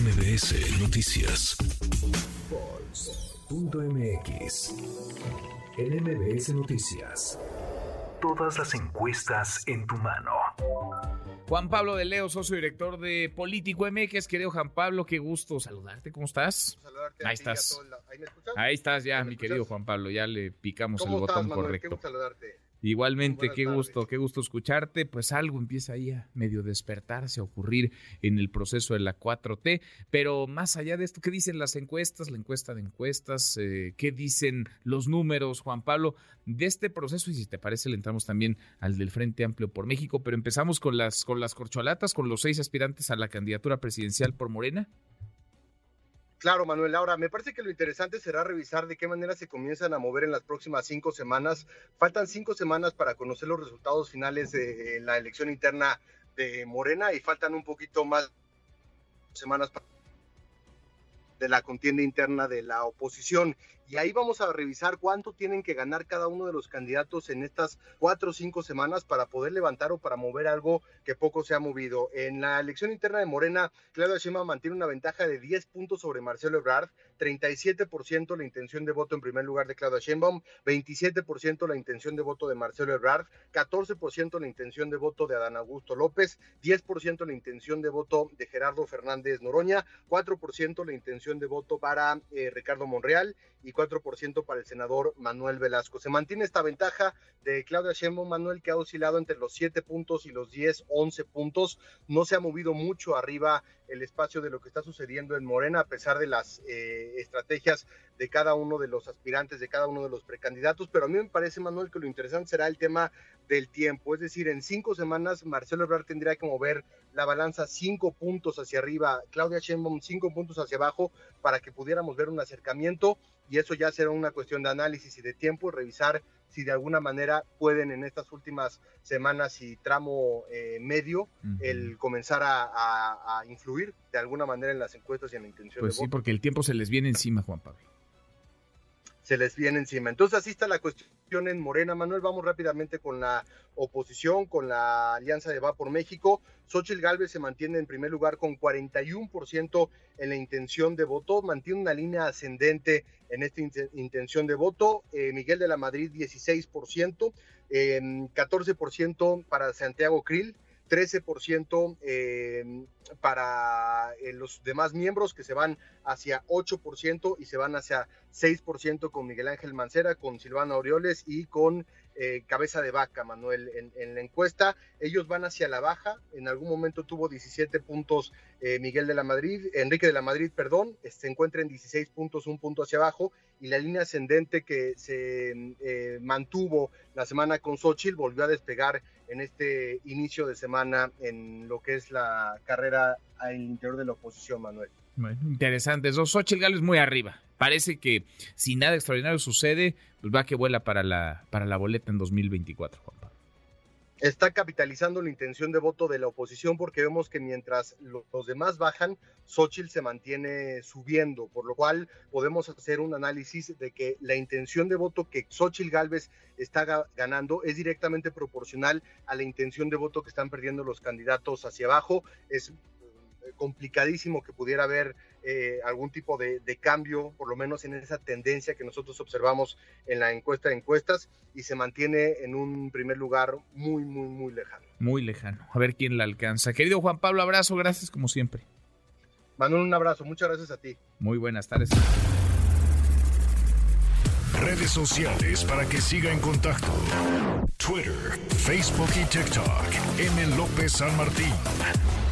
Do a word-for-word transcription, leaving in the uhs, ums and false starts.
M B S Noticias. Pulse punto M X. En M B S Noticias. Todas las encuestas en tu mano. Juan Pablo de Leo, socio director de Político M X. Querido Juan Pablo, qué gusto saludarte. ¿Cómo estás? Saludarte Ahí estás. La... ¿Ahí me escuchas? Ahí estás ya, ¿Me mi escuchas? querido Juan Pablo. Ya le picamos el ¿Cómo botón estás, Manuel? correcto. Qué gusto saludarte. Igualmente, qué tardes. gusto, qué gusto escucharte. Pues algo empieza ahí a medio despertarse, a ocurrir en el proceso de la cuatro T. Pero más allá de esto, ¿qué dicen las encuestas? La encuesta de encuestas, eh, ¿qué dicen los números, Juan Pablo, de este proceso? Y si te parece, le entramos también al del Frente Amplio por México. Pero empezamos con las, con las corcholatas, con los seis aspirantes a la candidatura presidencial por Morena. Claro, Manuel. Ahora, me parece que lo interesante será revisar de qué manera se comienzan a mover en las próximas cinco semanas. Faltan cinco semanas para conocer los resultados finales de la elección interna de Morena y faltan un poquito más semanas para de la contienda interna de la oposición. Y ahí vamos a revisar cuánto tienen que ganar cada uno de los candidatos en estas cuatro o cinco semanas para poder levantar o para mover algo que poco se ha movido. En la elección interna de Morena, Claudia Sheinbaum mantiene una ventaja de diez puntos sobre Marcelo Ebrard, treinta y siete por ciento la intención de voto en primer lugar de Claudia Sheinbaum, veintisiete por ciento la intención de voto de Marcelo Ebrard, catorce por ciento la intención de voto de Adán Augusto López, diez por ciento la intención de voto de Gerardo Fernández Noroña, cuatro por ciento la intención de voto para eh, Ricardo Monreal y cuatro por ciento para el senador Manuel Velasco. Se mantiene esta ventaja de Claudia Sheinbaum, Manuel, que ha oscilado entre los siete puntos y los diez, once puntos. No se ha movido mucho arriba el espacio de lo que está sucediendo en Morena, a pesar de las eh, estrategias de cada uno de los aspirantes, de cada uno de los precandidatos. Pero a mí me parece, Manuel, que lo interesante será el tema del tiempo. Es decir, en cinco semanas Marcelo Ebrard tendría que mover la balanza cinco puntos hacia arriba, Claudia Sheinbaum cinco puntos hacia abajo, para que pudiéramos ver un acercamiento, y eso ya será una cuestión de análisis y de tiempo, revisar si de alguna manera pueden en estas últimas semanas y tramo eh, medio uh-huh. el comenzar a, a, a influir de alguna manera en las encuestas y en la intención pues de sí, voto. Porque el tiempo se les viene encima, Juan Pablo. Se les viene encima. Entonces así está la cuestión en Morena, Manuel. Vamos rápidamente con la oposición, con la Alianza de Va por México. Xóchitl Gálvez se mantiene en primer lugar con cuarenta y uno por ciento en la intención de voto, mantiene una línea ascendente en esta int- intención de voto. eh, Miguel de la Madrid dieciséis por ciento, eh, catorce por ciento para Santiago Krill, trece por ciento eh, para eh, los demás miembros, que se van hacia ocho por ciento y se van hacia seis por ciento con Miguel Ángel Mancera, con Silvano Aureoles y con eh, Cabeza de Vaca, Manuel, en, en la encuesta. Ellos van hacia la baja. En algún momento tuvo diecisiete puntos eh, Miguel de la Madrid, Enrique de la Madrid, perdón, se encuentra en dieciséis puntos, un punto hacia abajo, y la línea ascendente que se eh, mantuvo la semana con Xóchitl volvió a despegar en este inicio de semana en lo que es la carrera al interior de la oposición, Manuel. Bueno, interesante. Eso, Xóchitl Gálvez muy arriba. Parece que si nada extraordinario sucede, pues va que vuela para la, para la boleta en dos mil veinticuatro, Juan Pablo. Está capitalizando la intención de voto de la oposición, porque vemos que mientras los demás bajan, Xóchitl se mantiene subiendo, por lo cual podemos hacer un análisis de que la intención de voto que Xóchitl Gálvez está ganando es directamente proporcional a la intención de voto que están perdiendo los candidatos hacia abajo. Es complicadísimo que pudiera haber eh, algún tipo de, de cambio, por lo menos en esa tendencia que nosotros observamos en la encuesta de encuestas, y se mantiene en un primer lugar muy, muy, muy lejano. Muy lejano. A ver quién la alcanza. Querido Juan Pablo, abrazo, gracias como siempre. Manuel, un abrazo, muchas gracias a ti. Muy buenas tardes. Redes sociales para que siga en contacto: Twitter, Facebook y TikTok. M. López San Martín.